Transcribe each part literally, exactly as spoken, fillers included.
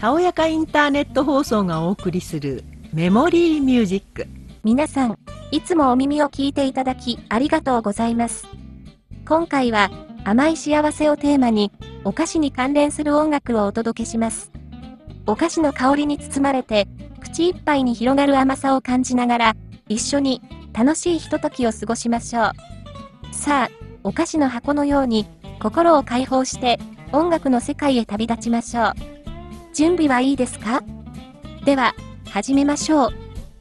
たおやかインターネット放送がお送りするメモリーミュージック。 皆さん、いつもお耳を聞いていただきありがとうございます。今回は甘い幸せをテーマにお菓子に関連する音楽をお届けします。お菓子の香りに包まれて口いっぱいに広がる甘さを感じながら一緒に楽しいひとときを過ごしましょう。さあ、お菓子の箱のように心を解放して音楽の世界へ旅立ちましょう。準備はいいですか？では、始めましょう。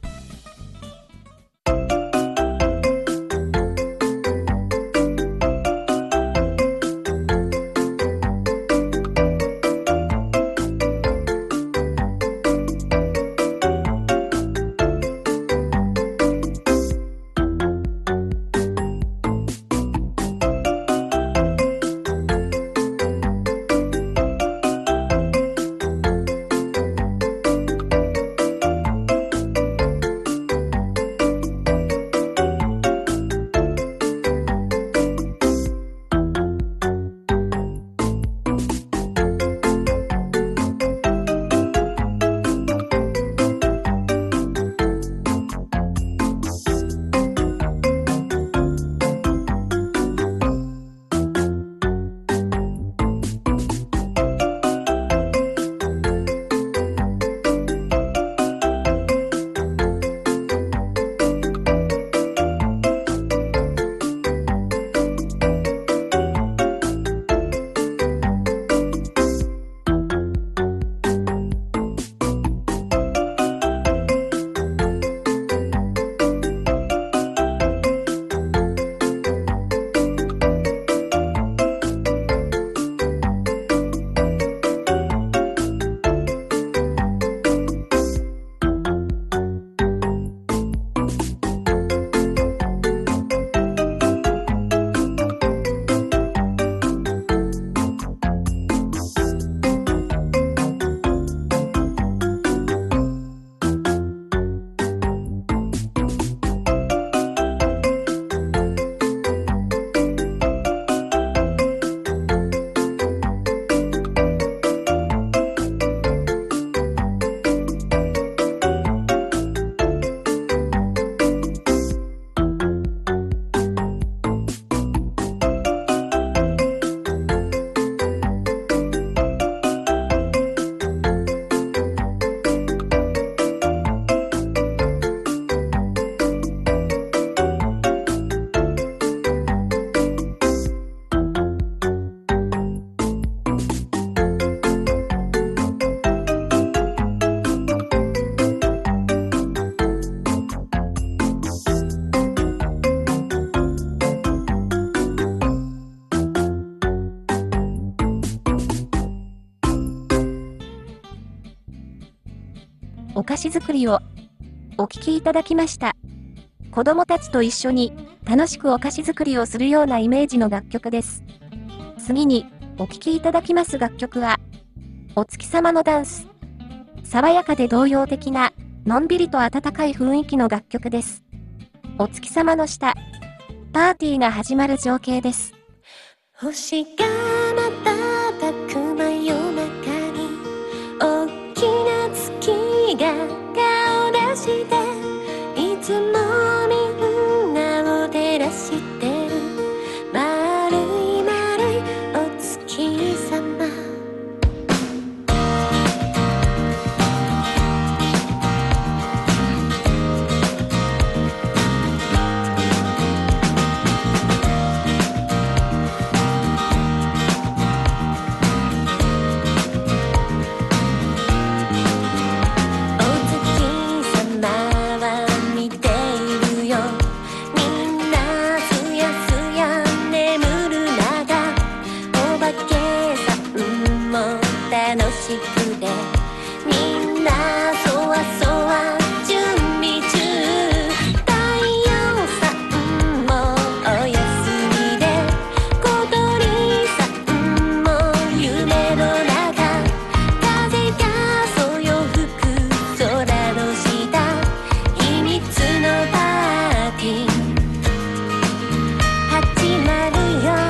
お菓子作りをお聴きいただきました。子供たちと一緒に楽しくお菓子作りをするようなイメージの楽曲です。次にお聴きいただきます楽曲は、お月様のダンス。爽やかで童謡的な、のんびりと温かい雰囲気の楽曲です。お月様の下、パーティーが始まる情景です。 星が瞬く真夜中に大きな月が顔出していつもみんなを照らしてる丸い丸いお月様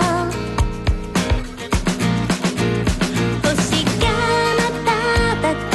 「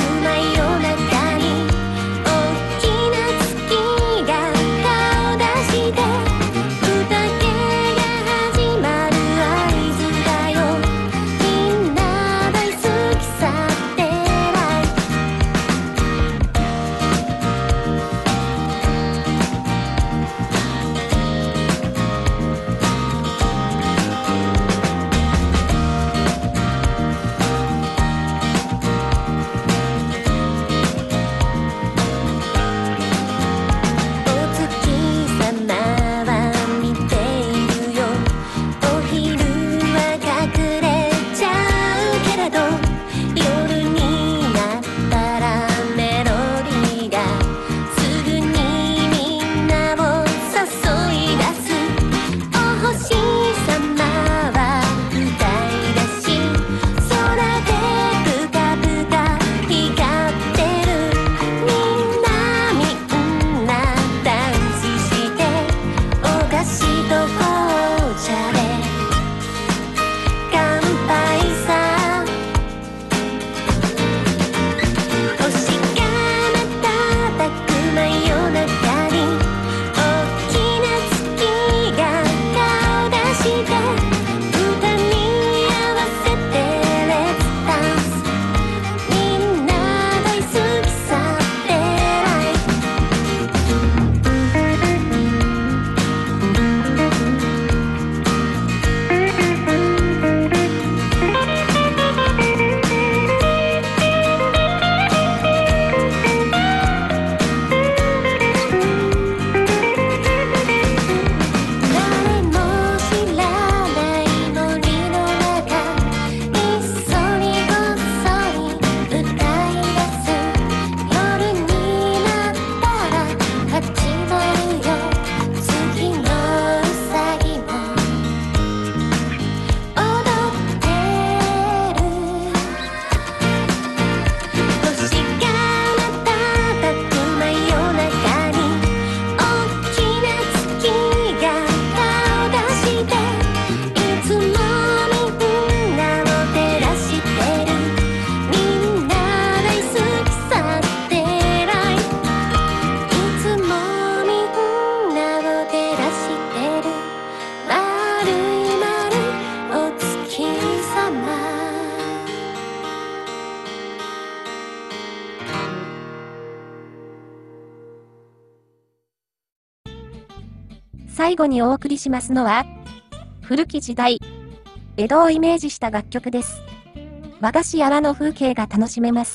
最後にお送りしますのは、古き時代、江戸をイメージした楽曲です。和菓子屋和の風景が楽しめます。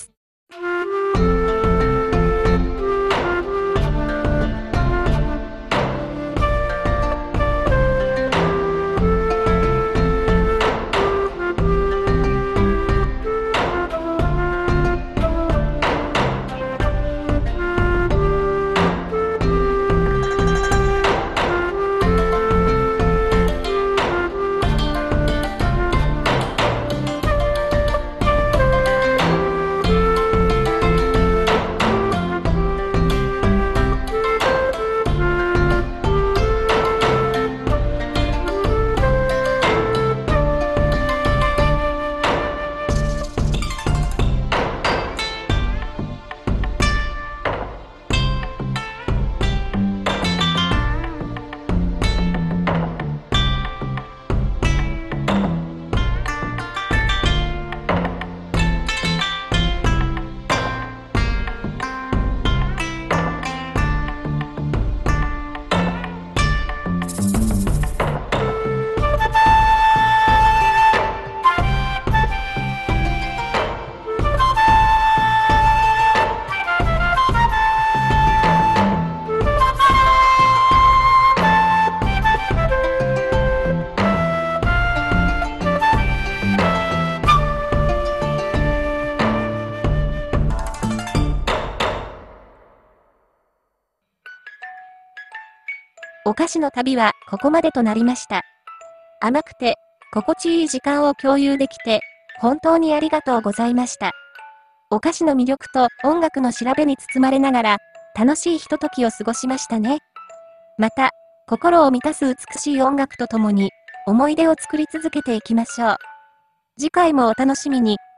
お菓子の旅はここまでとなりました。甘くて、心地いい時間を共有できて、本当にありがとうございました。お菓子の魅力と音楽の調べに包まれながら、楽しいひとときを過ごしましたね。また、心を満たす美しい音楽とともに、思い出を作り続けていきましょう。次回もお楽しみに。